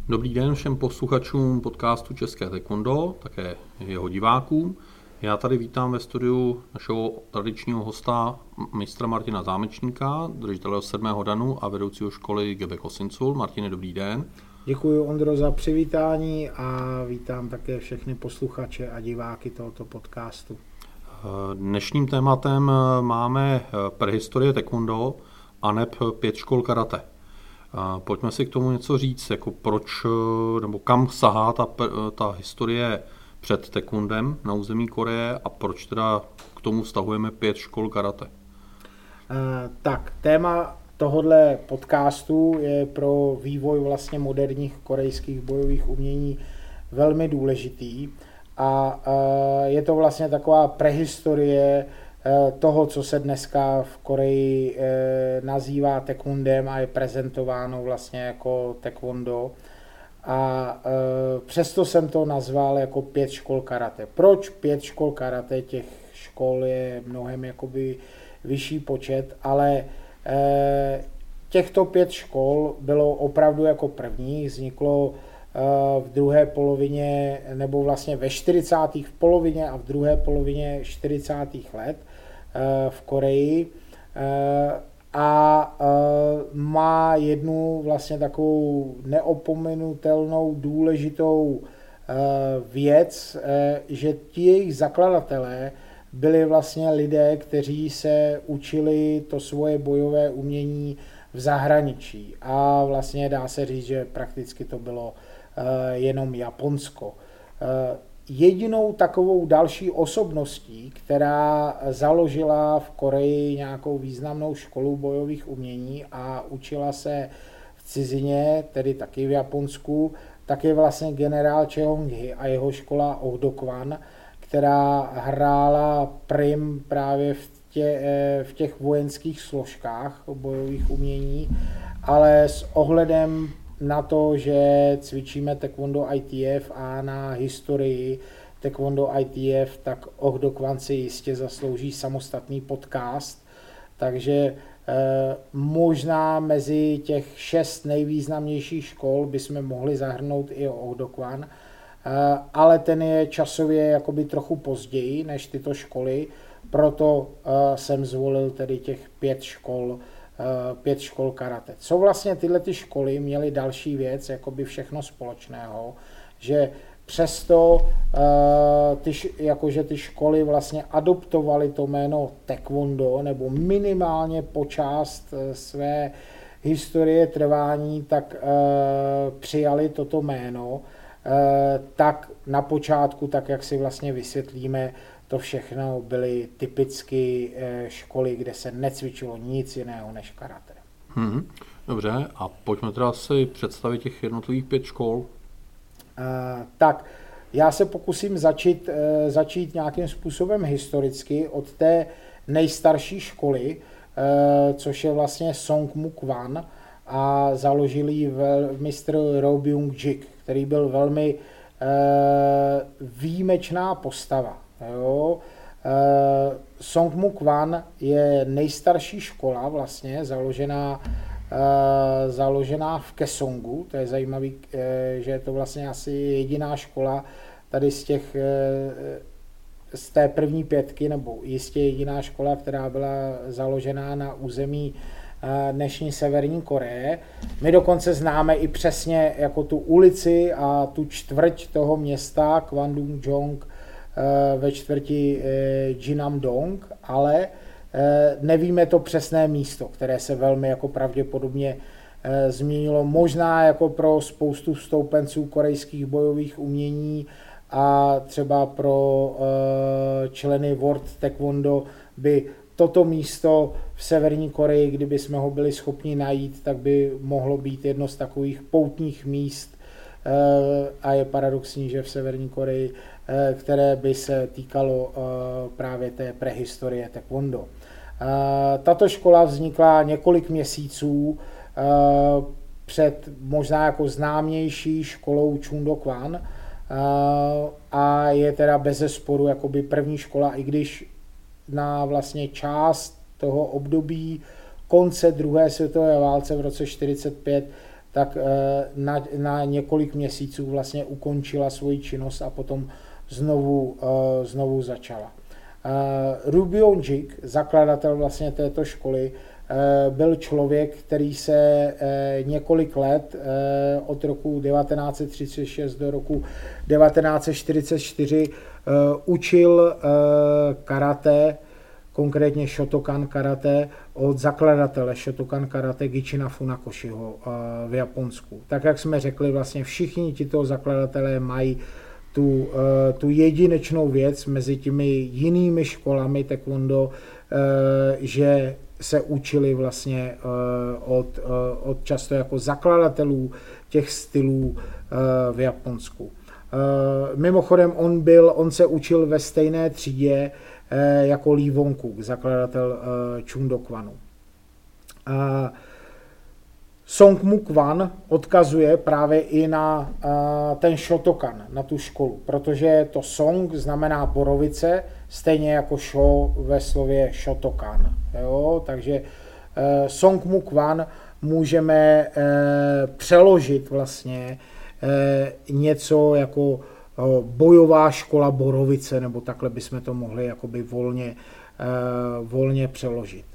Dobrý den všem posluchačům podcastu České taekwondo, také jeho divákům. Já tady vítám ve studiu našeho tradičního hosta, mistra Martina Zámečníka, držitele 7. danu a vedoucího školy Gebek Osincul. Martine, dobrý den. Děkuji, Ondro, za přivítání a vítám také všechny posluchače a diváky tohoto podcastu. Dnešním tématem máme prehistorie taekwondo a neb 5 škol karate. Pojďme si k tomu něco říct, jako proč nebo kam sahá ta historie před taekwondem na území Koreje a proč teda k tomu vztahujeme 5 škol karate. Tak, téma tohohle podcastu je pro vývoj vlastně moderních korejských bojových umění velmi důležitý a je to vlastně taková prehistorie toho, co se dneska v Koreji nazývá taekwondem a je prezentováno vlastně jako taekwondo. A přesto jsem to nazval jako 5 škol karate. Proč 5 škol karate? Těch škol je mnohem jakoby vyšší počet, ale těchto 5 škol bylo opravdu jako první, vzniklo v druhé polovině, nebo vlastně v polovině a v druhé polovině 40. let v Koreji a má jednu vlastně takovou neopomenutelnou důležitou věc, že ti jejich zakladatelé byli vlastně lidé, kteří se učili to svoje bojové umění v zahraničí a vlastně dá se říct, že prakticky to bylo jenom Japonsko. Jedinou takovou další osobností, která založila v Koreji nějakou významnou školu bojových umění a učila se v cizině, tedy taky v Japonsku, tak je vlastně generál Cheong-hi a jeho škola Ohdokwan, která hrála prim právě v těch vojenských složkách bojových umění, ale s ohledem na to, že cvičíme taekwondo ITF a na historii taekwondo ITF, tak Ohdokwan si jistě zaslouží samostatný podcast, takže možná mezi těch 6 nejvýznamnějších škol bychom mohli zahrnout i Ohdokwan, ale ten je časově jakoby trochu později než tyto školy, proto jsem zvolil tedy těch 5 škol karate. Co vlastně tyhle ty školy měly další věc, jakoby všechno společného, že přesto jakože ty školy vlastně adoptovaly to jméno taekwondo, nebo minimálně po část své historie trvání, tak přijali toto jméno, tak na počátku, tak jak si vlastně vysvětlíme, to všechno byly typicky školy, kde se necvičilo nic jiného než karate. Dobře, a pojďme teda si představit těch jednotlivých 5 škol. Tak, já se pokusím začít nějakým způsobem historicky od té nejstarší školy, což je vlastně Songmu Kwan, a založil ji mistr Roh Byung-jik, který byl velmi výjimečná postava. Jo. Songmu Kwan je nejstarší škola vlastně založená v Kaesongu. To je zajímavý, že je to vlastně asi jediná škola tady z té první 5, nebo jistě jediná škola, která byla založená na území dnešní Severní Koreje. My dokonce známe i přesně jako tu ulici a tu čtvrť toho města Kwandung-jong ve čtvrti Jinam-dong, ale nevíme to přesné místo, které se velmi jako pravděpodobně změnilo. Možná jako pro spoustu vstoupenců korejských bojových umění a třeba pro členy World Taekwondo by toto místo v Severní Koreji, kdyby jsme ho byli schopni najít, tak by mohlo být jedno z takových poutních míst a je paradoxní, že v Severní Koreji, které by se týkalo právě té prehistorie taekwondo. Tato škola vznikla několik měsíců před možná jako známější školou Chundokwan a je teda bezesporu jakoby první škola, i když na vlastně část toho období konce druhé světové válce v roce 1945 tak na několik měsíců vlastně ukončila svoji činnost a potom znovu začala. Rubyong Jik, zakladatel vlastně této školy, byl člověk, který se několik let od roku 1936 do roku 1944 učil karate, konkrétně Shotokan karate, od zakladatele Shotokan karate Gichina Funakoshiho v Japonsku. Tak jak jsme řekli, vlastně všichni tito zakladatelé mají tu jedinečnou věc mezi těmi jinými školami taekwondo, že se učili vlastně od často jako zakladatelů těch stylů v Japonsku. Mimochodem on se učil ve stejné třídě jako Lee Wong-kuk, zakladatel Chung Do Kwanu. Song Mu Kwan odkazuje právě i na ten Shotokan, na tu školu, protože to Song znamená borovice, stejně jako Sho ve slově Shotokan. Jo? Takže Song Mu Kwan můžeme přeložit vlastně něco jako bojová škola borovice, nebo takhle bychom to mohli jakoby volně přeložit.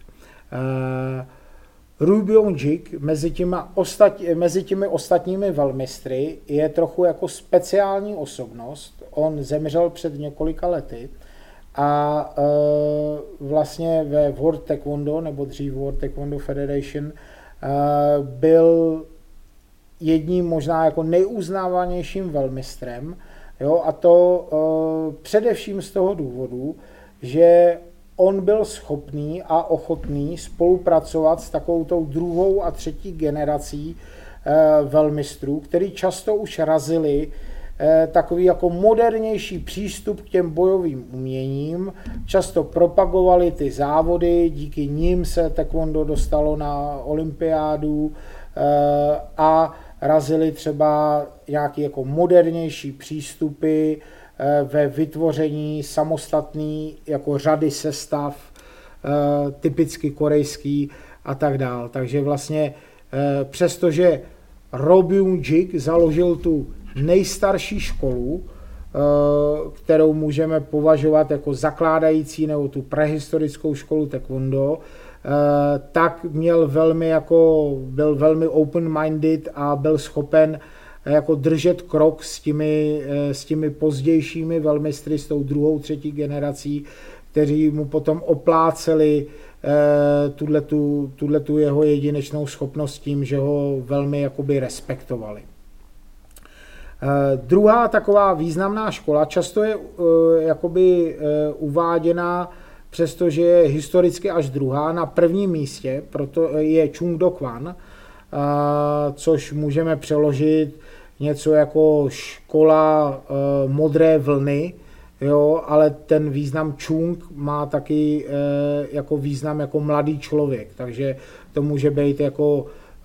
Rubyong Jik mezi těmi ostatními velmistry je trochu jako speciální osobnost. On zemřel před několika lety a vlastně ve World Taekwondo, nebo dřív World Taekwondo Federation, byl jedním možná jako nejuznávanějším velmistrem, jo, a to především z toho důvodu, že on byl schopný a ochotný spolupracovat s takovou druhou a třetí generací velmistrů, který často už razili takový jako modernější přístup k těm bojovým uměním, často propagovali ty závody, díky nim se taekwondo dostalo na olympiádu a razili třeba nějaký jako modernější přístupy ve vytvoření samostatný jako řady sestav, typicky korejský a tak dál. Takže vlastně přestože Rubyong Jik založil tu nejstarší školu, kterou můžeme považovat jako zakládající nebo tu prehistorickou školu taekwondo, tak byl velmi open-minded a byl schopen jako držet krok s těmi pozdějšími velmistry, s tou druhou, třetí generací, kteří mu potom opláceli tuhletu jeho jedinečnou schopnost tím, že ho velmi jakoby respektovali. Druhá taková významná škola často je jakoby uváděna, přestože je historicky až druhá, na prvním místě, proto je Chung Do Kwan, což můžeme přeložit něco jako škola modré vlny, jo, ale ten význam Chung má taky jako význam jako mladý člověk, takže to může být jako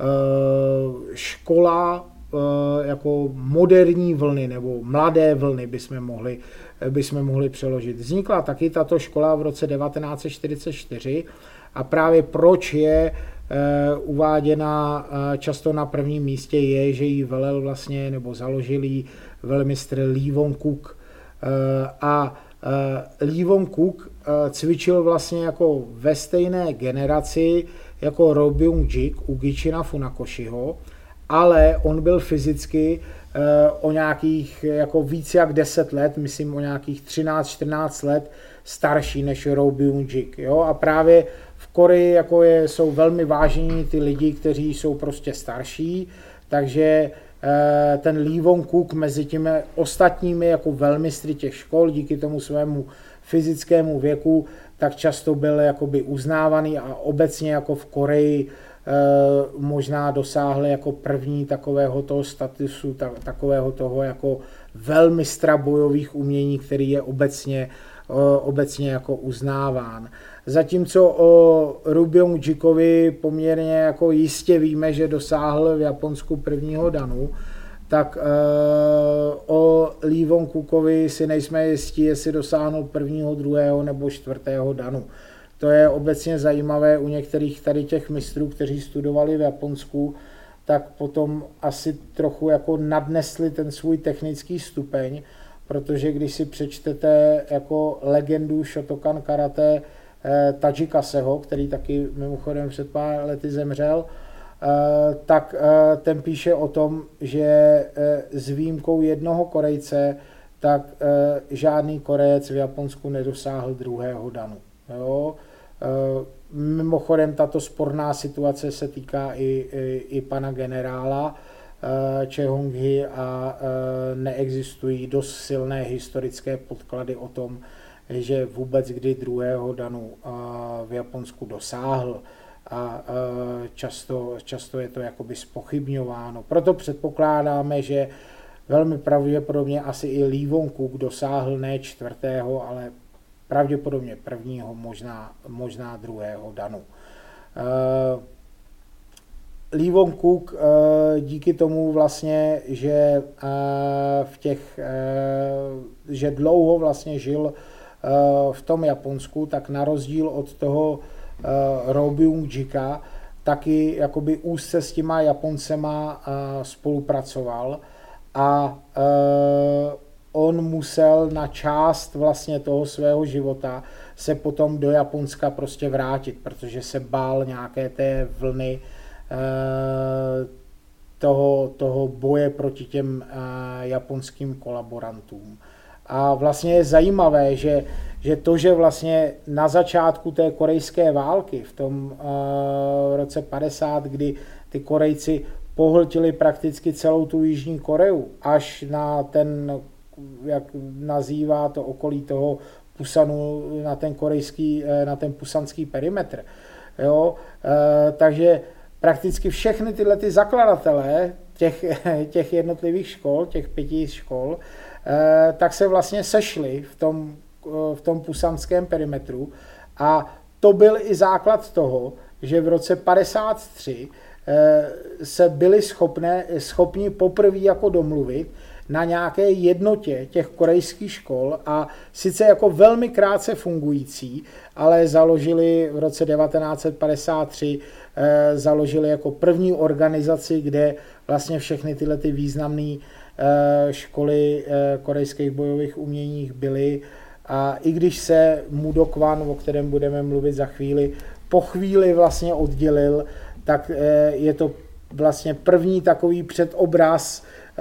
škola jako moderní vlny nebo mladé vlny bychom mohli přeložit. Vznikla taky tato škola v roce 1944 a právě proč je uváděna často na prvním místě je, že ji velel vlastně nebo založil ji velmistr Lee Wong-kuk. A Lee Wong-kuk cvičil vlastně jako ve stejné generaci jako Rubyong Jik u Gichina Funakoshiho, ale on byl fyzicky o nějakých jako víc jak 10 let, myslím o nějakých 13-14 let starší než Rubyong Jik. Jo? A právě v Koreji jako jsou velmi vážení ty lidi, kteří jsou prostě starší, takže ten Lee Wong-kuk mezi těmi ostatními jako velmistry těch škol díky tomu svému fyzickému věku tak často byl jakoby uznávaný a obecně jako v Koreji možná dosáhli jako první takového toho statusu, takového toho jako velmistra bojových umění, který je obecně jako uznáván. Zatímco o Rubyong Jikovi poměrně jako jistě víme, že dosáhl v Japonsku prvního danu, tak o Lee Wong-kukovi si nejsme jistí, jestli dosáhnul prvního, druhého nebo čtvrtého danu. To je obecně zajímavé u některých tady těch mistrů, kteří studovali v Japonsku, tak potom asi trochu jako nadnesli ten svůj technický stupeň, protože když si přečtete jako legendu Shotokan karate Tajikaseho, který taky mimochodem před pár lety zemřel, tak ten píše o tom, že s výjimkou jednoho Korejce, tak žádný Korejec v Japonsku nedosáhl druhého danu. Jo? Mimochodem tato sporná situace se týká i pana generála Che Hong-hee a neexistují dost silné historické podklady o tom, že vůbec kdy druhého danu v Japonsku dosáhl a často je to jakoby zpochybňováno. Proto předpokládáme, že velmi pravděpodobně asi i Lee Won-kook dosáhl ne čtvrtého, ale pravděpodobně prvního, možná druhého danu. Lee Won-kook díky tomu vlastně, že dlouho vlastně žil v tom Japonsku, tak na rozdíl od toho Roh Byung-jika taky jakoby úzce s těma Japoncema spolupracoval a on musel na část vlastně toho svého života se potom do Japonska prostě vrátit, protože se bál nějaké té vlny toho boje proti těm japonským kolaborantům. A vlastně je zajímavé, že že vlastně na začátku té korejské války v tom roce 50, kdy ty Korejci pohltili prakticky celou tu Jižní Koreu, až na ten, jak nazývá to okolí toho Pusanu, na ten pusanský perimetr. Jo? Takže prakticky všechny tyhle ty zakladatelé těch jednotlivých škol, těch 5 škol, tak se vlastně sešli v tom pusanském perimetru a to byl i základ toho, že v roce 53 se byli schopni poprvé jako domluvit na nějaké jednotě těch korejských škol a sice jako velmi krátce fungující, ale založili v roce 1953 založili jako první organizaci, kde vlastně všechny tyhle ty významné školy korejských bojových uměních byly. A i když se Mudokwan, o kterém budeme mluvit za chvíli, po chvíli vlastně oddělil, tak je to vlastně první takový předobraz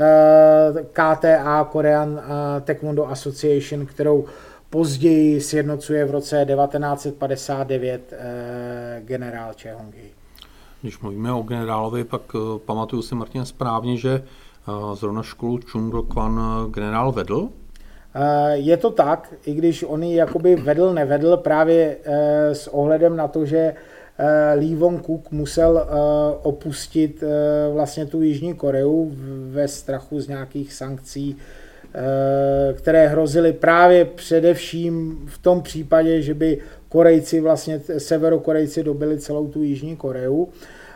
KTA, Korean Taekwondo Association, kterou později sjednocuje v roce 1959 generál Che Hong-hee. Když mluvíme o generálovi, pak pamatuju si, Martin, správně, že zrovna školu Chungdokwan generál vedl? Je to tak, i když on ji jakoby nevedl právě s ohledem na to, že Lee Won-kook musel opustit vlastně tu Jižní Koreu ve strachu z nějakých sankcí, které hrozily právě především v tom případě, že by Korejci, vlastně Severokorejci dobili celou tu Jižní Koreu,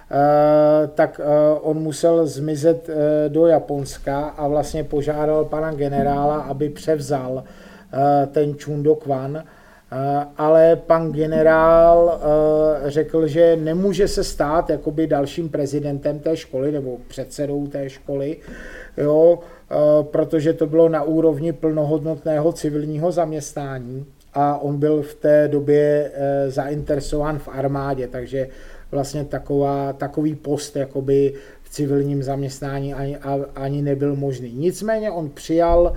tak on musel zmizet do Japonska a vlastně požádal pana generála, aby převzal ten Chungdokwan, ale pan generál řekl, že nemůže se stát jakoby dalším prezidentem té školy nebo předsedou té školy, jo, protože to bylo na úrovni plnohodnotného civilního zaměstnání a on byl v té době zainteresován v armádě, takže vlastně takový post jakoby v civilním zaměstnání ani nebyl možný. Nicméně on přijal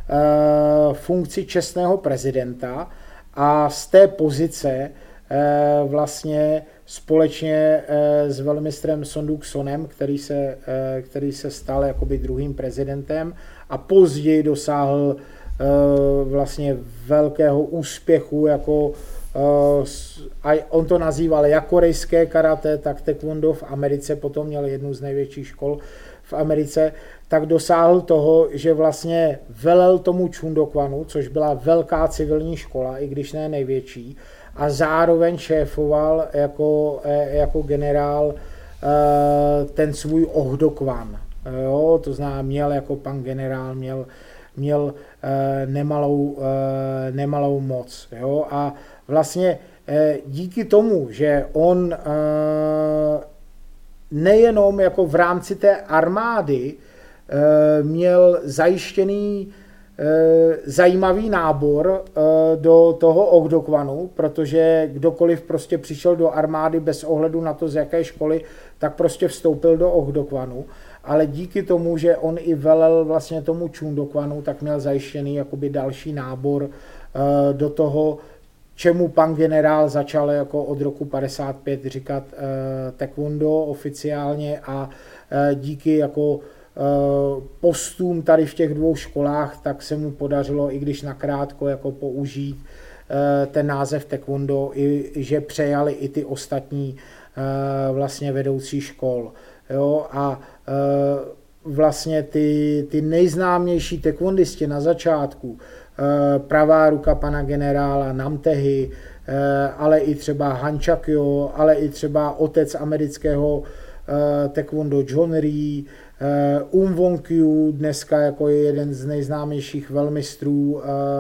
funkci čestného prezidenta a z té pozice vlastně společně s velmistrem Sonduk-sonem, který se stal jakoby druhým prezidentem a později dosáhl vlastně velkého úspěchu, jako a on to nazýval jak korejské karate, tak taekwondo v Americe, potom měl jednu z největších škol v Americe, tak dosáhl toho, že vlastně velel tomu Chungdokwanu, což byla velká civilní škola, i když ne největší, a zároveň šéfoval jako generál ten svůj Ohdokwan. Jo, to znamená, měl jako pan generál, měl nemalou moc. Jo, a vlastně díky tomu, že on nejenom jako v rámci té armády měl zajištěný zajímavý nábor do toho Okdokwanu, protože kdokoliv prostě přišel do armády bez ohledu na to, z jaké školy, tak prostě vstoupil do Okdokwanu. Ale díky tomu, že on i velel vlastně tomu Chundokwanu, tak měl zajištěný jakoby další nábor do toho, čemu pan generál začal jako od roku 55 říkat taekwondo oficiálně a díky jako postům tady v těch dvou školách, tak se mu podařilo, i když nakrátko, jako použít ten název taekwondo, i že přejali i ty ostatní vlastně vedoucí škol. Jo? A vlastně ty nejznámější taekwondisti na začátku, pravá ruka pana generála Namtehy, ale i třeba Han Chak-jo, ale i třeba otec amerického taekwondo John Rhee, Wong-kyu, dneska jako je jeden z nejznámějších velmistrů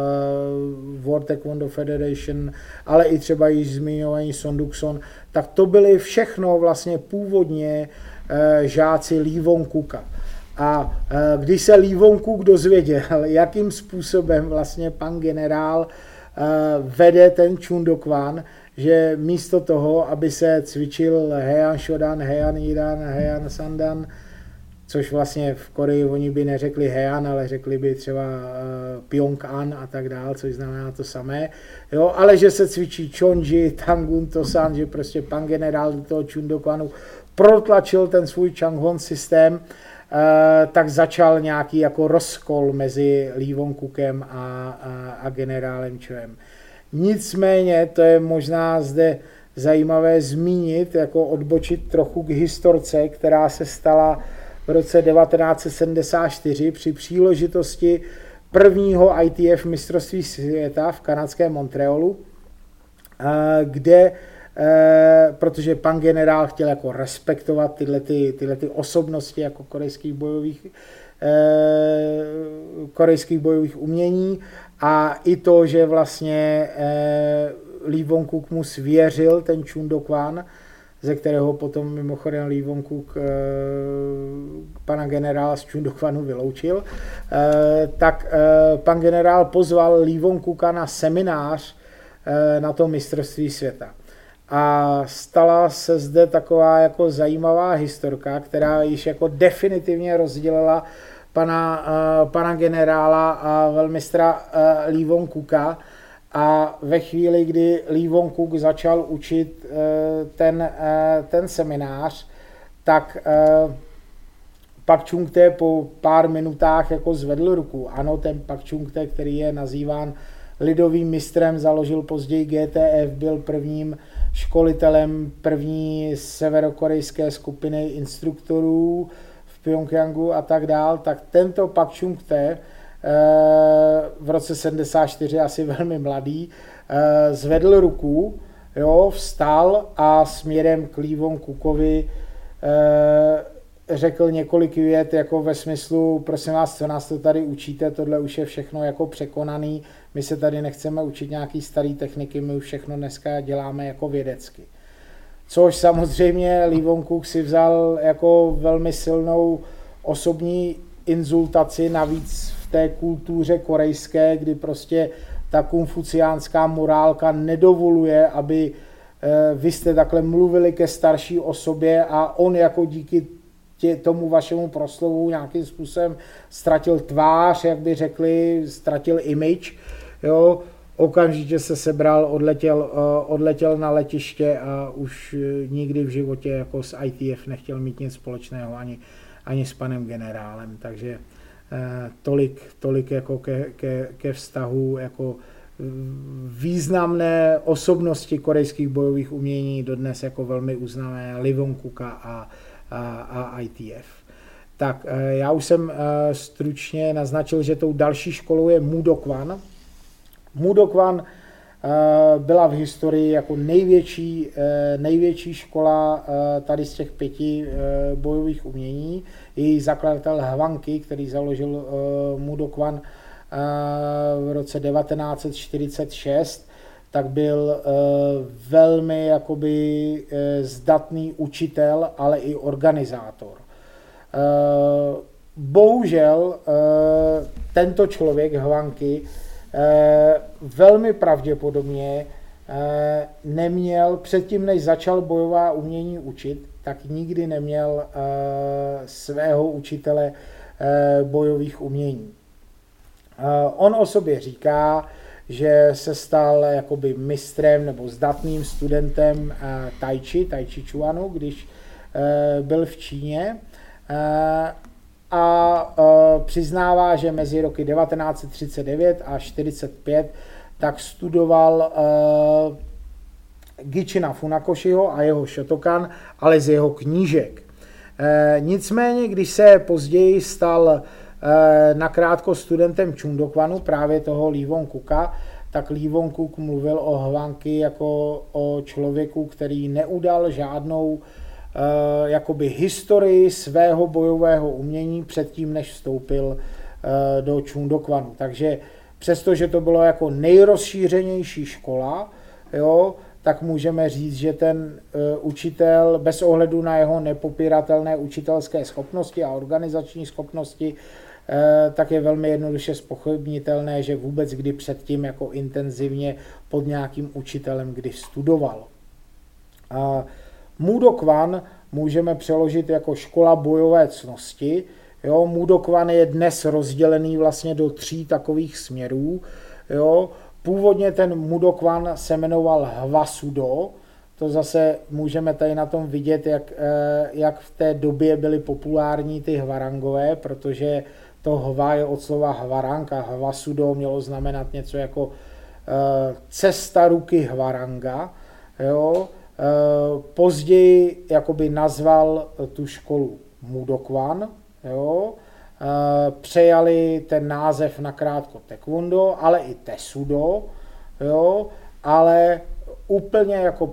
World Taekwondo Federation, ale i třeba již zmiňovaný Sonduk-son, tak to byly všechno vlastně původně žáci Lee Wong-kuka. A když se Lee Wong-kuk dozvěděl, jakým způsobem vlastně pan generál vede ten Chundokwan, že místo toho, aby se cvičil Heian Shodan, Heian Idan, Heian Sandan, což vlastně v Koreji oni by neřekli Heian, ale řekli by třeba Pyongan a tak dál, což znamená to samé, jo, ale že se cvičí Chonji, Tangun, Tosan, že prostě pan generál do toho Chundokwanu protlačil ten svůj Changhon systém, tak začal nějaký jako rozkol mezi Lee Wong-kukem a generálem Choem. Nicméně, to je možná zde zajímavé zmínit, jako odbočit trochu k historce, která se stala v roce 1974 při příležitosti prvního ITF mistrovství světa v kanadském Montrealu, kde protože pan generál chtěl jako respektovat tyhle osobnosti jako korejských bojových umění a i to, že vlastně Lee Wong-kuk mu svěřil ten Chundokwan, ze kterého potom mimochodem Lee Wong-kuk pana generála z Chundokwanu vyloučil, tak pan generál pozval Lee Wong-kuka na seminář na to mistrovství světa. A stala se zde taková jako zajímavá historka, která již jako definitivně rozdělila pana generála a velmistra Lee Wong-kuka. A ve chvíli, kdy Lee Wong-kuk začal učit ten seminář, tak Pak Chung-tae po pár minutách jako zvedl ruku. Ano, ten Pak Chung-tae, který je nazýván lidovým mistrem, založil později GTF, byl prvním školitelem první severokorejské skupiny instruktorů v Pyongyangu a tak dál, tak tento Pak Chung-tae v roce 74, asi velmi mladý, zvedl ruku, jo, vstal a směrem k Lee Wong-kukovi řekl několik vět jako ve smyslu, prosím vás, co nás to tady učíte, tohle už je všechno jako překonaný, my se tady nechceme učit nějaký starý techniky, my už všechno dneska děláme jako vědecky. Což samozřejmě Lee Wong-kuk si vzal jako velmi silnou osobní insultaci, navíc v té kultuře korejské, kdy prostě ta konfuciánská morálka nedovoluje, aby vy jste takhle mluvili ke starší osobě a on jako díky tomu vašemu proslovu nějakým způsobem ztratil tvář, jak by řekli, ztratil image, jo, okamžitě se sebral, odletěl na letiště a už nikdy v životě jako s ITF nechtěl mít nic společného ani s panem generálem, takže tolik jako ke vztahu jako významné osobnosti korejských bojových umění, dodnes jako velmi uznané Lee Wong-kuka a ITF. Tak já už jsem stručně naznačil, že tou další školou je Mudokwan. Mudokwan byla v historii jako největší škola tady z těch 5 bojových umění. Její zakladatel Hwang-ki, který založil Mudokwan v roce 1946, tak byl velmi jakoby zdatný učitel, ale i organizátor. Bohužel tento člověk Hvanky velmi pravděpodobně neměl, předtím než začal bojová umění učit, tak nikdy neměl svého učitele bojových umění. On o sobě říká, že se stal jakoby mistrem nebo zdatným studentem tai chi chuanu, když byl v Číně, a přiznává, že mezi roky 1939 a 1945 tak studoval Gichina Funakoshiho a jeho Shotokan, ale z jeho knížek. Nicméně, když se později stal nakrátko studentem Chundokwanu, právě toho Lee Wong-kuka, tak Lee Wong-kuk mluvil o Hvanky jako o člověku, který neudal žádnou jakoby historii svého bojového umění předtím, než vstoupil do Chundokwanu. Takže přestože to bylo jako nejrozšířenější škola, jo, tak můžeme říct, že ten učitel bez ohledu na jeho nepopiratelné učitelské schopnosti a organizační schopnosti, tak je velmi jednoduše zpochybnitelné, že vůbec kdy předtím jako intenzivně pod nějakým učitelem kdy studoval. Mudokwan můžeme přeložit jako škola bojové ctnosti. Jo, Mudokwan je dnes rozdělený vlastně do 3 takových směrů. Jo. Původně ten Mudokwan se jmenoval Hwasudo. To zase můžeme tady na tom vidět, jak v té době byly populární ty hvarangové, protože to hva je od slova hvarang a Hwasudo mělo znamenat něco jako cesta ruky hvaranga. Jo. Později jakoby nazval tu školu Mudokwan, jo. Přejali ten název nakrátko Taekwondo, ale i Tesudo, jo. Ale úplně jako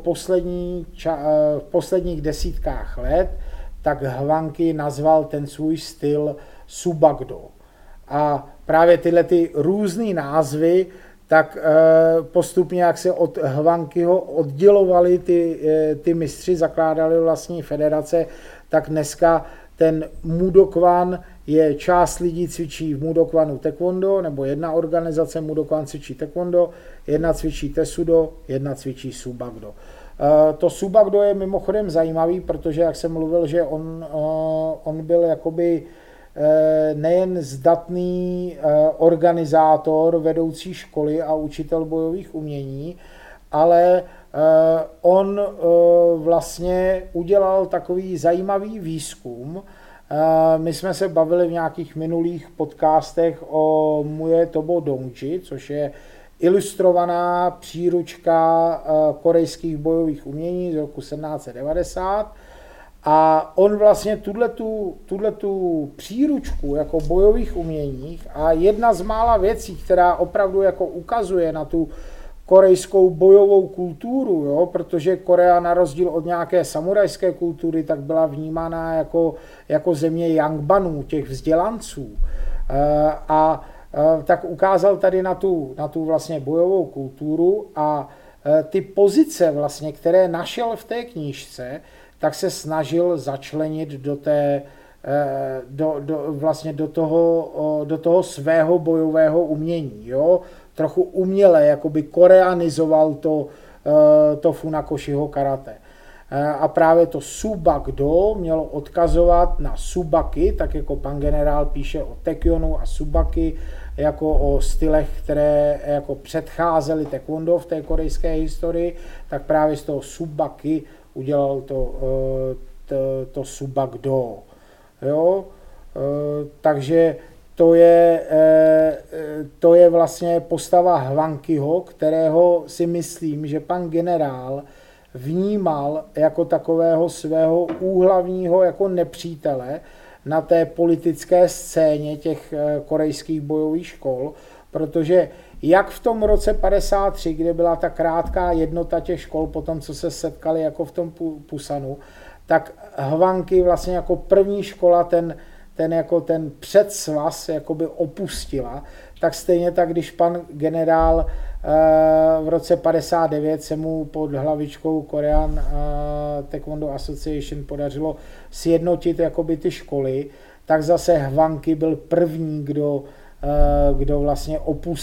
v posledních desítkách let, tak Hvanky nazval ten svůj styl Subakdo. A právě tyhle ty různé názvy tak postupně, jak se od Hvankyho oddělovali ty mistři, zakládali vlastní federace, tak dneska ten Mudokwan je část lidí cvičí v Mudokwanu Taekwondo, nebo jedna organizace Mudokwan cvičí Taekwondo, jedna cvičí Tesudo, jedna cvičí Subakdo. To Subakdo je mimochodem zajímavý, protože jak jsem mluvil, že on byl jakoby nejen zdatný organizátor vedoucí školy a učitel bojových umění, ale on vlastně udělal takový zajímavý výzkum. My jsme se bavili v nějakých minulých podcastech o Muay Tobo Dongji, což je ilustrovaná příručka korejských bojových umění z roku 1790. A on vlastně tuhletu příručku jako bojových uměních a jedna z mála věcí, která opravdu jako ukazuje na tu korejskou bojovou kulturu, jo, protože Korea na rozdíl od nějaké samurajské kultury tak byla vnímána jako země Yangbanů, těch vzdělanců. Tak ukázal tady na tu vlastně bojovou kulturu a ty pozice vlastně, které našel v té knížce, tak se snažil začlenit do toho svého bojového umění. Jo? Trochu uměle, jakoby koreanizoval to Funakoshiho karate. A právě to Subakdo mělo odkazovat na Subaki, tak jako pan generál píše o Taekyonu a Subaki, jako o stylech, které jako předcházely Taekwondo v té korejské historii, tak právě z toho Subaki udělal to Subakdo. Jo? Takže to je vlastně postava Hvankyho, kterého si myslím, že pan generál vnímal jako takového svého úhlavního jako nepřítele na té politické scéně těch korejských bojových škol, protože jak v tom roce 53, kde byla ta krátká jednota těch škol, potom co se setkali jako v tom Pusanu, tak Hvanky vlastně jako první škola ten předsvaz jakoby opustila, tak stejně tak, když pan generál v roce 59 se mu pod hlavičkou Korean Taekwondo Association podařilo sjednotit jakoby ty školy, tak zase Hwangki byl první, kdo vlastně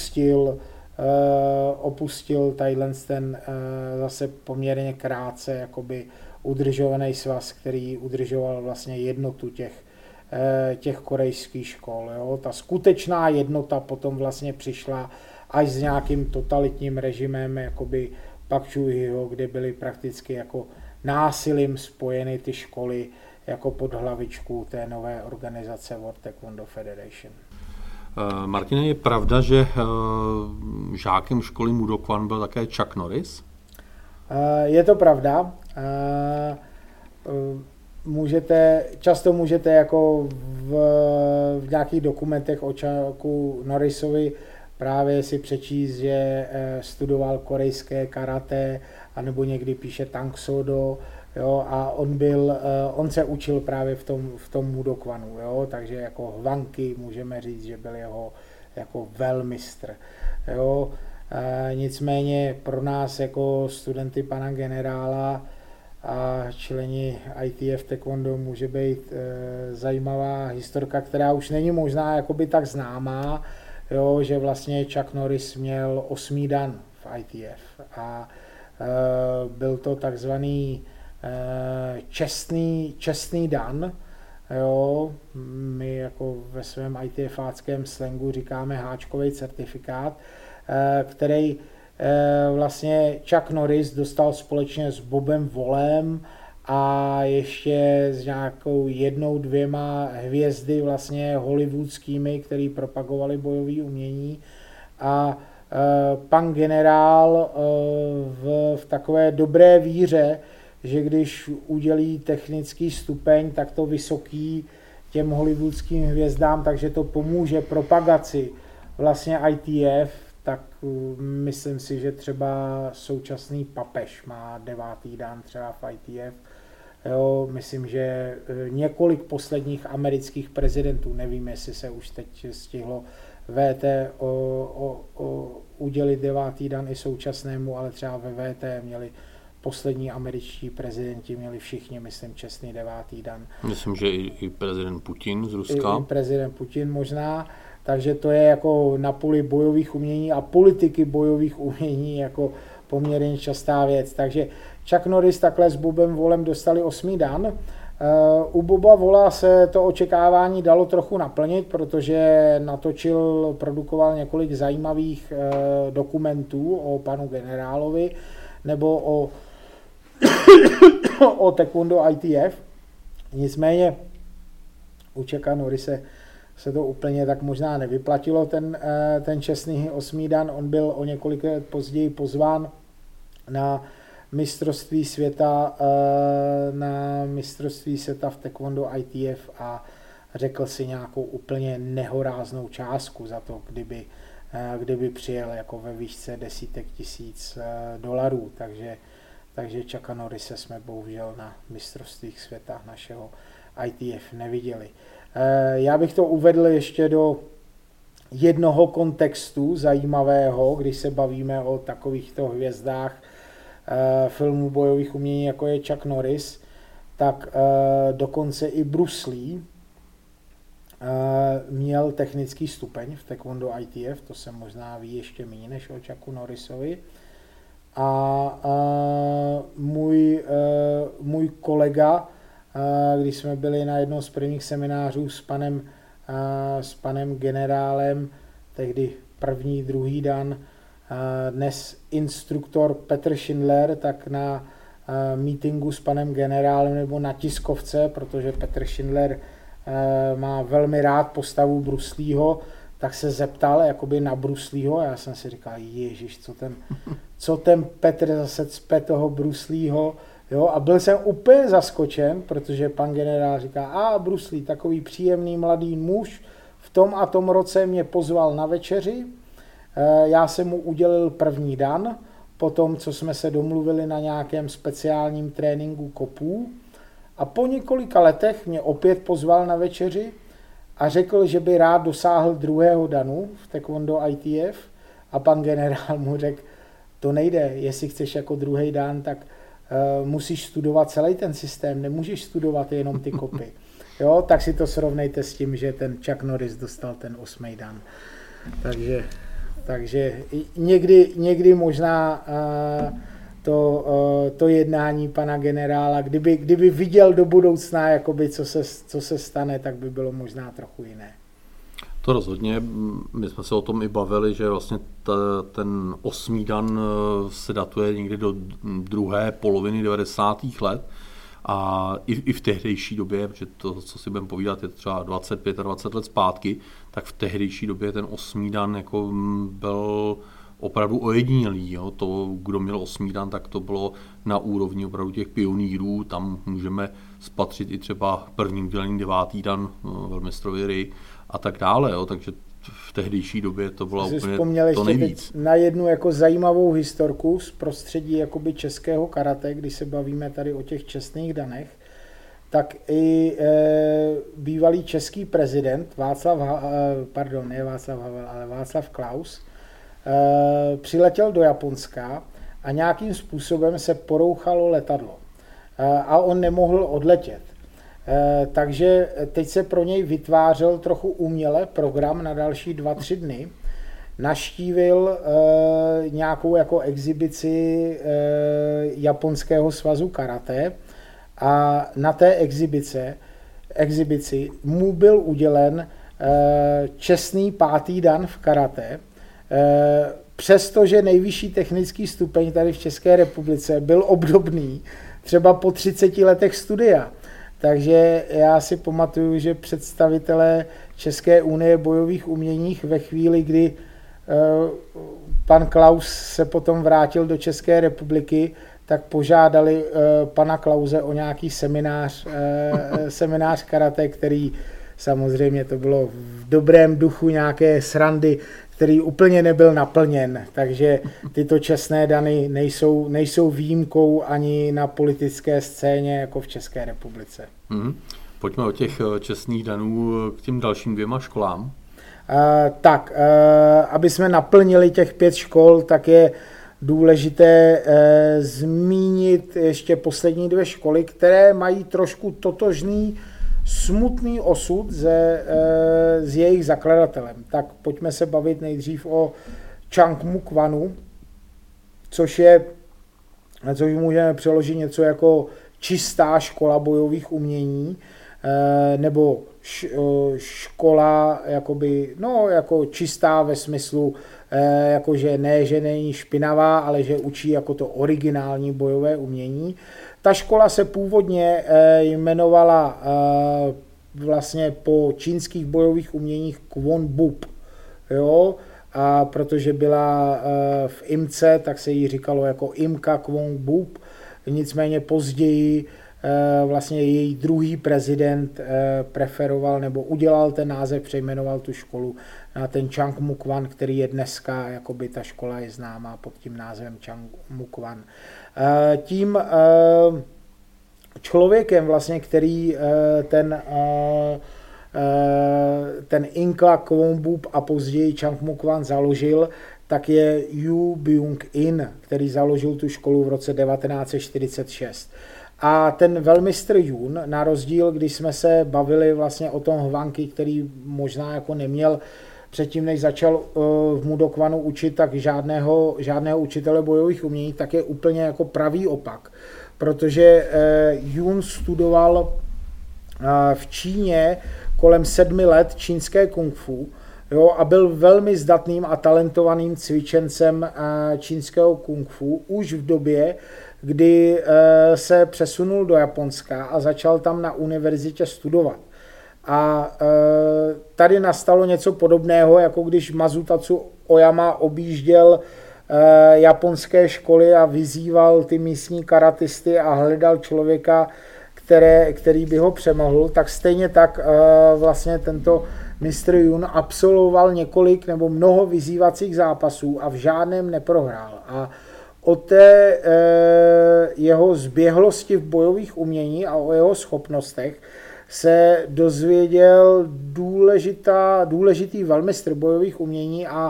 opustil tadyhle ten zase poměrně krátce jakoby udržovaný svaz, který udržoval vlastně jednotu těch korejských škol. Jo. Ta skutečná jednota potom vlastně přišla až s nějakým totalitním režimem jakoby Pak Chung-heeho, kde byly prakticky jako násilím spojeny ty školy jako pod hlavičku té nové organizace World Taekwondo Federation. Martine, je pravda, že žákem školy Mudo Kwan byl také Chuck Norris? Je to pravda. Často můžete jako v nějakých dokumentech o Chucku Norrisovi právě si přečíst, že studoval korejské karate, anebo někdy píše Tang Sodo, jo, a on se učil právě v tom Mudo Kwanu, jo, takže jako Hwangki můžeme říct, že byl jeho jako velmistr, jo. Nicméně pro nás jako studenty pana generála a členi ITF Taekwondo může být zajímavá historka, která už není možná jakoby tak známá, jo, že vlastně Chuck Norris měl 8. dan v ITF a byl to takzvaný čestný dan, jo, my jako ve svém ITFáckém slangu říkáme háčkový certifikát, který vlastně Chuck Norris dostal společně s Bobem Wallem a ještě s nějakou 1-2 hvězdy vlastně hollywoodskými, který propagovali bojové umění. A pan generál v takové dobré víře, že když udělí technický stupeň, tak to vysoký těm hollywoodským hvězdám, takže to pomůže propagaci vlastně ITF, tak myslím si, že třeba současný papež má 9. dan třeba v ITF. Jo, myslím, že několik posledních amerických prezidentů, nevím, jestli se už teď stihlo VT udělit 9. dan i současnému, ale třeba ve VT měli poslední američtí prezidenti, měli všichni, myslím, čestný 9. dan. Myslím, že i prezident Putin z Ruska. I prezident Putin možná. Takže to je jako na poli bojových umění a politiky bojových umění jako poměrně častá věc. Takže Chuck Norris takhle s Bobem Wallem dostali 8. dan. U Boba Walla se to očekávání dalo trochu naplnit, protože produkoval několik zajímavých dokumentů o panu generálovi nebo o Taekwondo ITF. Nicméně u Chucka Norrise se to úplně tak možná nevyplatilo, ten čestný 8. dan. On byl o několik let později pozván na mistrovství světa v Taekwondo ITF a řekl si nějakou úplně nehoráznou částku za to, kdyby přijel jako ve výšce desítek tisíc dolarů. Takže Chucka Norrise jsme bohužel na mistrovstvích světa našeho ITF neviděli. Já bych to uvedl ještě do jednoho kontextu zajímavého, když se bavíme o takovýchto hvězdách filmů bojových umění, jako je Chuck Norris, tak dokonce i Bruce Lee měl technický stupeň v Taekwondo ITF, to se možná ví ještě méně než o Chucku Norrisovi. A můj kolega, když jsme byli na jednom z prvních seminářů s panem generálem, tehdy 1., 2. dan, dnes instruktor Petr Schindler, tak na meetingu s panem generálem nebo na tiskovce, protože Petr Schindler má velmi rád postavu Bruce Leeho, tak se zeptal jakoby na Bruce Leeho a já jsem si říkal, ježiš, co ten Petr zase cpe toho Bruce Leeho, jo, a byl jsem úplně zaskočen, protože pan generál říká, Bruce Lee, takový příjemný mladý muž, v tom a tom roce mě pozval na večeři, já jsem mu udělil 1. dan, potom, co jsme se domluvili na nějakém speciálním tréninku kopů, a po několika letech mě opět pozval na večeři a řekl, že by rád dosáhl 2. danu v Taekwondo ITF a pan generál mu řekl, to nejde, jestli chceš jako druhý dan, tak musíš studovat celý ten systém, nemůžeš studovat jenom ty kopy. Jo, tak si to srovnejte s tím, že ten Chuck Norris dostal ten 8. dan. Takže někdy možná to jednání pana generála, kdyby viděl do budoucna, jakoby, co se stane, tak by bylo možná trochu jiné. To rozhodně. My jsme se o tom i bavili, že vlastně ten 8. dan se datuje někdy do druhé poloviny 90. let a i v tehdejší době, protože to, co si budeme povídat, je třeba 25 a 20 let zpátky, tak v tehdejší době ten 8. dan jako byl opravdu ojedinělý. Jo. To, kdo měl 8. dan, tak to bylo na úrovni opravdu těch pionýrů. Tam můžeme spatřit i třeba první udělený 9. dan velmistrovi Ry a tak dále. Jo. Takže v tehdejší době to bylo úplně to nejvíc. Na jednu jako zajímavou historku z prostředí jakoby českého karate, když se bavíme tady o těch čestných danech, tak i bývalý český prezident Václav Klaus přiletěl do Japonska a nějakým způsobem se porouchalo letadlo a on nemohl odletět. Takže teď se pro něj vytvářel trochu uměle program na další 2-3 dny. Naštívil nějakou jako exibici Japonského svazu karate a na té exibici mu byl udělen čestný 5. dan v karate, přestože nejvyšší technický stupeň tady v České republice byl obdobný třeba po 30 letech studia. Takže já si pamatuju, že představitelé České unie bojových uměních ve chvíli, kdy pan Klaus se potom vrátil do České republiky, tak požádali pana Klause o nějaký seminář karate, který samozřejmě to bylo v dobrém duchu nějaké srandy, který úplně nebyl naplněn. Takže tyto čestné dany nejsou výjimkou ani na politické scéně jako v České republice. Pojďme od těch čestných danů k těm dalším 2 školám. Aby jsme naplnili těch 5 škol, tak je důležité zmínit ještě poslední 2 školy, které mají trošku totožný smutný osud s jejich zakladatelem. Tak pojďme se bavit nejdřív o Chang Mu Kwanu, což můžeme přeložit něco jako čistá škola bojových umění, nebo škola jakoby, jako čistá ve smyslu, jakože ne, že není špinavá, ale že učí jako to originální bojové umění. Ta škola se původně jmenovala vlastně po čínských bojových uměních Kwon Bup, jo, a protože byla v Imce, tak se jí říkalo jako Imka Kwon Bup, nicméně později vlastně její druhý prezident preferoval nebo udělal ten název, přejmenoval tu školu na ten Chang Mu Kwan, který je dneska, jakoby ta škola je známá pod tím názvem Chang Mu Kwan. Tím člověkem vlastně, který ten Inka Kwon Bup a později Chang Mu Kwan založil, tak je Yu Byung-in, který založil tu školu v roce 1946. A ten velmistr Jun, na rozdíl, když jsme se bavili vlastně o tom Hwanki, který možná jako neměl předtím, než začal v Mudokwanu učit, tak žádného učitele bojových umění, tak je úplně jako pravý opak. Protože Jun studoval v Číně kolem 7 let čínské kung fu, jo, a byl velmi zdatným a talentovaným cvičencem čínského kung fu už v době, kdy se přesunul do Japonska a začal tam na univerzitě studovat. A tady nastalo něco podobného, jako když Mazutatsu Oyama objížděl japonské školy a vyzýval ty místní karatisty a hledal člověka, který by ho přemohl, tak stejně tak vlastně tento mistr Jun absolvoval několik nebo mnoho vyzývacích zápasů a v žádném neprohrál. A o té jeho zběhlosti v bojových umění a o jeho schopnostech se dozvěděl důležitý velmistr bojových umění a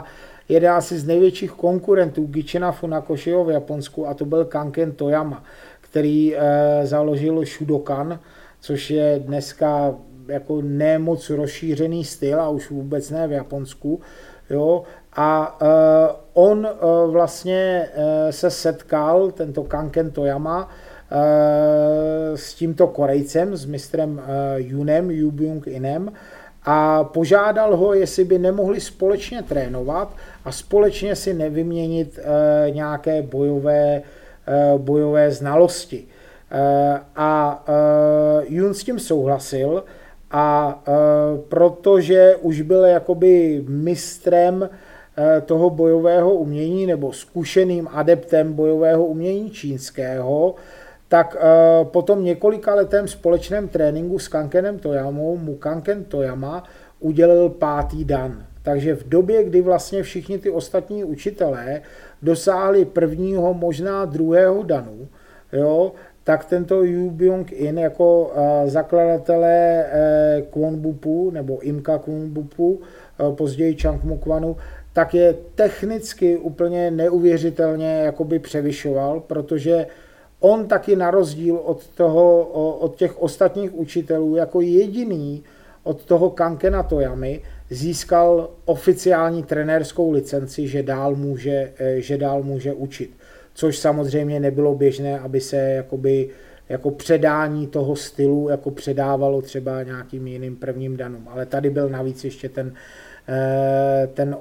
jeden asi z největších konkurentů Gichina Funakoshiho v Japonsku, a to byl Kanken Toyama, který založil Shudokan, což je dneska jako nemoc rozšířený styl a už vůbec ne v Japonsku. Jo? A on vlastně se setkal, tento Kanken Toyama, s tímto Korejcem, s mistrem Yunem, Yu Byung-inem, a požádal ho, jestli by nemohli společně trénovat a společně si nevyměnit nějaké bojové znalosti. A Yun s tím souhlasil, a protože už byl jakoby mistrem toho bojového umění nebo zkušeným adeptem bojového umění čínského, tak po tom několikaletém společném tréninku s Kankenem Toyamou mu Kanken Toyama udělil 5. dan. Takže v době, kdy vlastně všichni ty ostatní učitelé dosáhli 1., možná 2. danu, jo, tak tento Yu Byung-in jako zakladatelé Kwon-bupu nebo Imka Kwon-bupu, později Changmu-kwanu, tak je technicky úplně neuvěřitelně jakoby převyšoval, protože on taky na rozdíl od těch ostatních učitelů jako jediný od toho Kankena Toyamy získal oficiální trenérskou licenci, že dál může učit. Což samozřejmě nebylo běžné, aby se jakoby, jako předání toho stylu jako předávalo třeba nějakým jiným 1. danům. Ale tady byl navíc ještě ten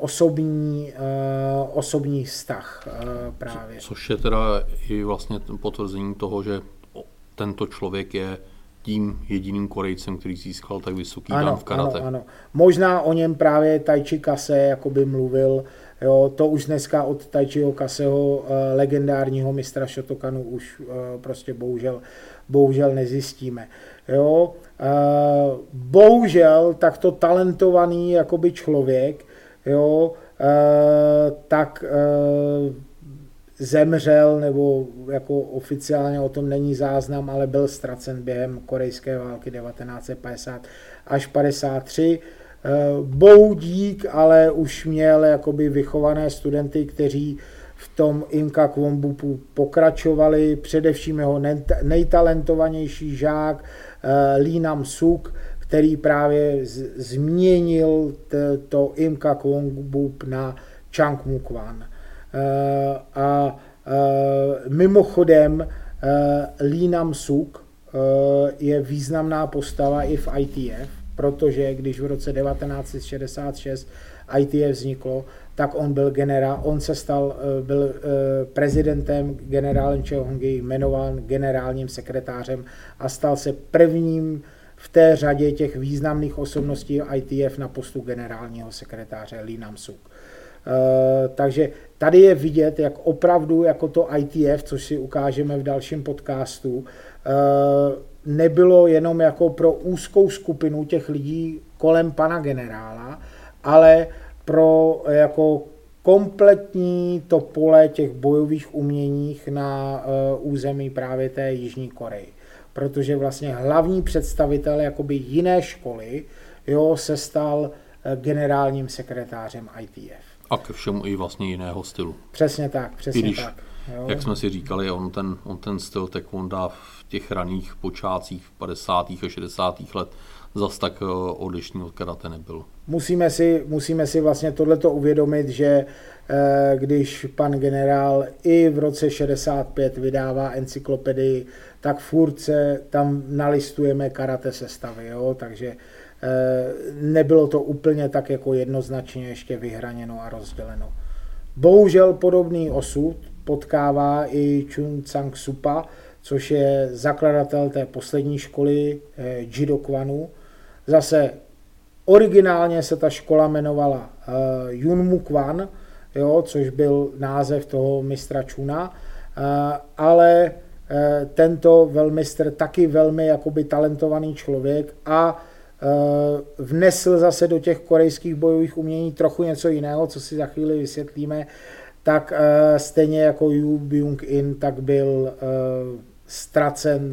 osobní vztah právě. Což je teda i vlastně potvrzení toho, že tento člověk je tím jediným Korejcem, který získal tak vysoký dan v karate. Ano. Možná o něm právě Taichi Kase jakoby mluvil, jo, to už dneska od Taichiho Kaseho, legendárního mistra Shotokanu, už prostě bohužel nezjistíme. Jo. Bohužel takto talentovaný jakoby člověk, jo, tak zemřel, nebo jako oficiálně o tom není záznam, ale byl ztracen během korejské války 1950 až 53. Bohu dík, ale už měl jakoby vychované studenty, kteří v tom Imka Kwon-bupu pokračovali, především jeho nejtalentovanější žák Lee Nam-suk, který právě změnil to Imka Kwon-bup na Changmu-kwan. A mimochodem Lee Nam-suk je významná postava i v ITF, protože když v roce 1966 ITF vzniklo, tak on byl byl prezidentem, generálem Cheongi, jmenován generálním sekretářem a stal se prvním v té řadě těch významných osobností ITF na postu generálního sekretáře Lee Nam-suk. Takže tady je vidět, jak opravdu jako to ITF, což si ukážeme v dalším podcastu, nebylo jenom jako pro úzkou skupinu těch lidí kolem pana generála, ale pro jako kompletní to pole těch bojových uměních na území právě té Jižní Koreji. Protože vlastně hlavní představitel jakoby jiné školy, jo, se stal generálním sekretářem ITF. A ke všemu i vlastně jiného stylu. Přesně tak. Jo. Jak jsme si říkali, on ten styl taekwonda v těch raných počátcích 50. a 60. let zas tak odlišný od karate nebyl. Musíme si vlastně tohleto uvědomit, že když pan generál i v roce 65 vydává encyklopedii, tak furt se tam nalistujeme karate sestavy, jo? Takže nebylo to úplně tak jako jednoznačně ještě vyhraněno a rozděleno. Bohužel podobný osud potkává i Chun Sang-supa, což je zakladatel té poslední školy Jido-kwanu. Zase originálně se ta škola jmenovala Yunmu-kwan, jo, což byl název toho mistra Chuna, ale tento velmistr taky velmi jakoby talentovaný člověk a vnesl zase do těch korejských bojových umění trochu něco jiného, co si za chvíli vysvětlíme, tak stejně jako Yu Byung-in, tak byl ztracen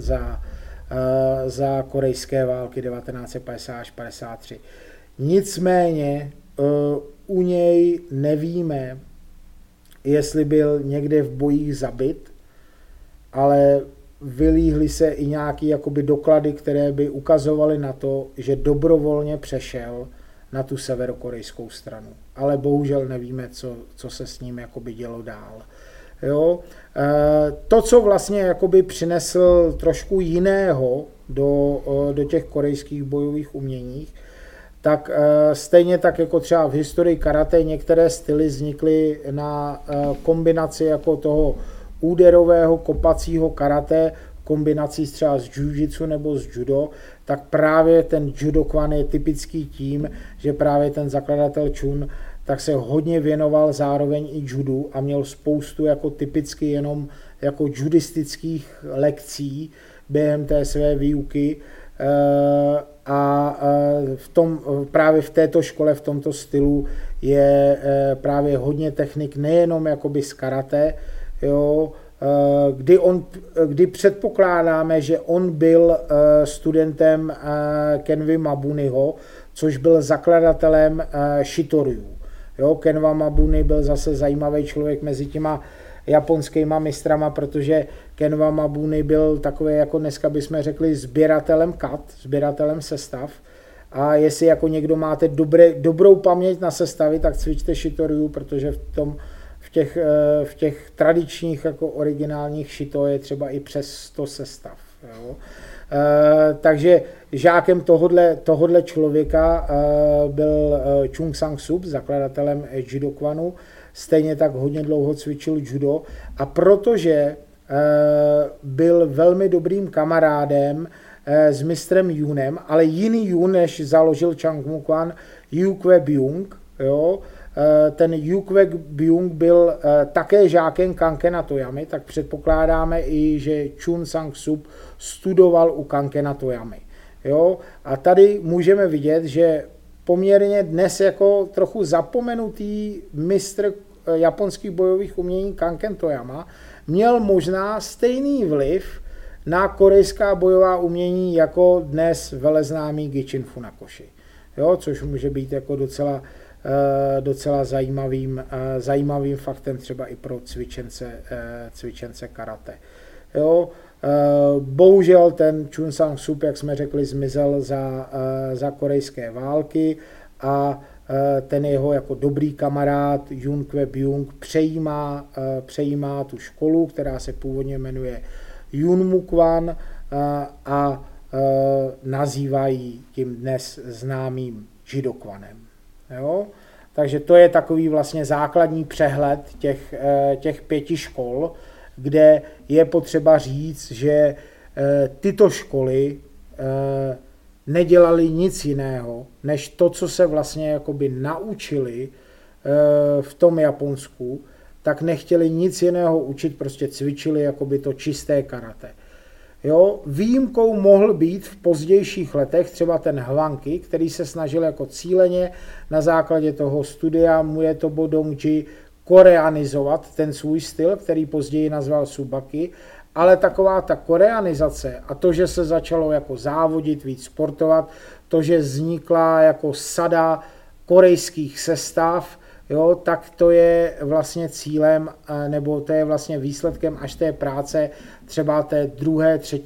za korejské války 1950 až 53. Nicméně u něj nevíme, jestli byl někde v bojích zabit, ale vylíhly se i nějaké jakoby doklady, které by ukazovaly na to, že dobrovolně přešel na tu severokorejskou stranu. Ale bohužel nevíme, co se s ním jakoby dělo dál. Jo? To, co vlastně jakoby přinesl trošku jiného do těch korejských bojových uměních, tak stejně tak jako třeba v historii karate některé styly vznikly na kombinaci jako toho úderového kopacího karate, kombinací třeba s jiu-jitsu nebo s judo, tak právě ten judokwan je typický tím, že právě ten zakladatel Chun tak se hodně věnoval zároveň i judu a měl spoustu jako typicky jenom jako judistických lekcí během té své výuky a právě v této škole, v tomto stylu je právě hodně technik nejenom jakoby z karate, jo, kdy předpokládáme, že on byl studentem Kenvy Mabuniho, což byl zakladatelem Shitoryu. Jo, Kenwa Mabuni byl zase zajímavý člověk mezi těma japonskýma mistrama, protože Kenwa Mabuni byl takový, jako dneska bychom řekli, sběratelem kat, sběratelem sestav. A jestli jako někdo máte dobrou paměť na sestavy, tak cvičte Shitoryu, protože v těch tradičních jako originálních shito je třeba i přes 100 sestav. Jo. Takže žákem tohodle člověka byl Chung Sang-sup, zakladatelem judokwanu, stejně tak hodně dlouho cvičil judo a protože byl velmi dobrým kamarádem s mistrem Yunem, ale jiný Yun, než založil Changmu-kwan, Yu Kwe-byung, jo, ten Yu Kwe-byung byl také žákem Kankena Toyamy, tak předpokládáme i, že Chun Sang-sup studoval u Kankena Toyamy. Jo? A tady můžeme vidět, že poměrně dnes jako trochu zapomenutý mistr japonských bojových umění Kanken Toyama měl možná stejný vliv na korejská bojová umění jako dnes veleznámý Gichin Funakoshi. Jo? Což může být jako docela zajímavým faktem třeba i pro cvičence karate. Jo? Bohužel ten Chun Sang-sup, jak jsme řekli, zmizel za korejské války a ten jeho jako dobrý kamarád Yun Kwe-byung přejímá tu školu, která se původně jmenuje Yunmu-kwan a nazývají tím dnes známým judokwanem. Jo? Takže to je takový vlastně základní přehled těch 5 škol, kde je potřeba říct, že tyto školy nedělali nic jiného, než to, co se vlastně jakoby naučili v tom Japonsku, tak nechtěli nic jiného učit, prostě cvičili jakoby to čisté karate. Jo, výjimkou mohl být v pozdějších letech třeba ten Hwanki, který se snažil jako cíleně na základě toho studia Muay Thobo Dongji koreanizovat ten svůj styl, který později nazval Subaki, ale taková ta koreanizace a to, že se začalo jako závodit, víc sportovat, to, že vznikla jako sada korejských sestav, jo, tak to je vlastně cílem, nebo to je vlastně výsledkem až té práce třeba té 2., 3.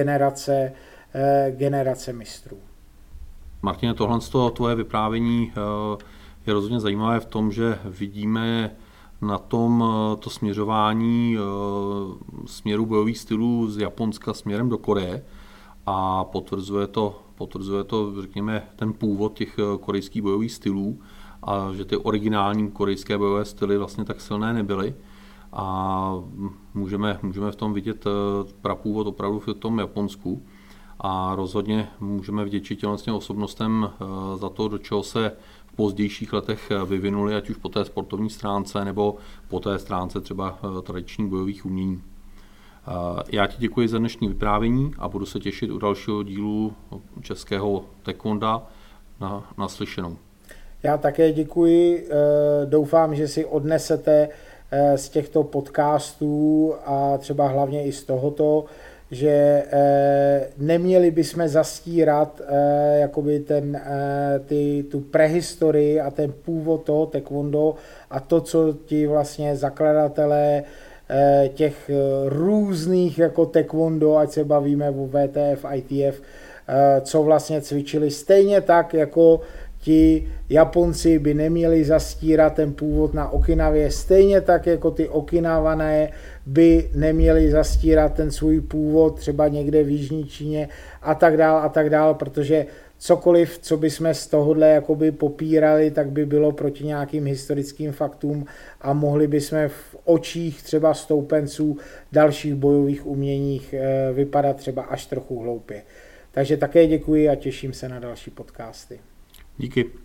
generace mistrů. Martine, tohle tvoje vyprávění je rozhodně zajímavé v tom, že vidíme na tom to směřování směru bojových stylů z Japonska směrem do Koreje a potvrzuje to, řekněme, ten původ těch korejských bojových stylů a že ty originální korejské bojové styly vlastně tak silné nebyly a můžeme v tom vidět prapůvod opravdu v tom Japonsku a rozhodně můžeme vděčit vlastně osobnostem za to, do čeho se v pozdějších letech vyvinuli, ať už po té sportovní stránce nebo po té stránce třeba tradičních bojových umění. Já ti děkuji za dnešní vyprávění a budu se těšit u dalšího dílu českého taekwonda na naslyšenou. Já také děkuji, doufám, že si odnesete z těchto podcastů a třeba hlavně i z tohoto, že neměli bychom zastírat jakoby tu prehistorii a ten původ toho taekwondo a to, co ti vlastně zakladatelé těch různých jako taekwondo, ať se bavíme o VTF, ITF, co vlastně cvičili. Stejně tak, jako ti Japonci by neměli zastírat ten původ na Okinavě, stejně tak, jako ty Okinavané by neměli zastírat ten svůj původ třeba někde v Jižní Číně a tak dál, protože cokoliv, co bychom z tohohle jakoby popírali, tak by bylo proti nějakým historickým faktům a mohli bychom v očích třeba stoupenců dalších bojových uměních vypadat třeba až trochu hloupě. Takže také děkuji a těším se na další podcasty. Díky.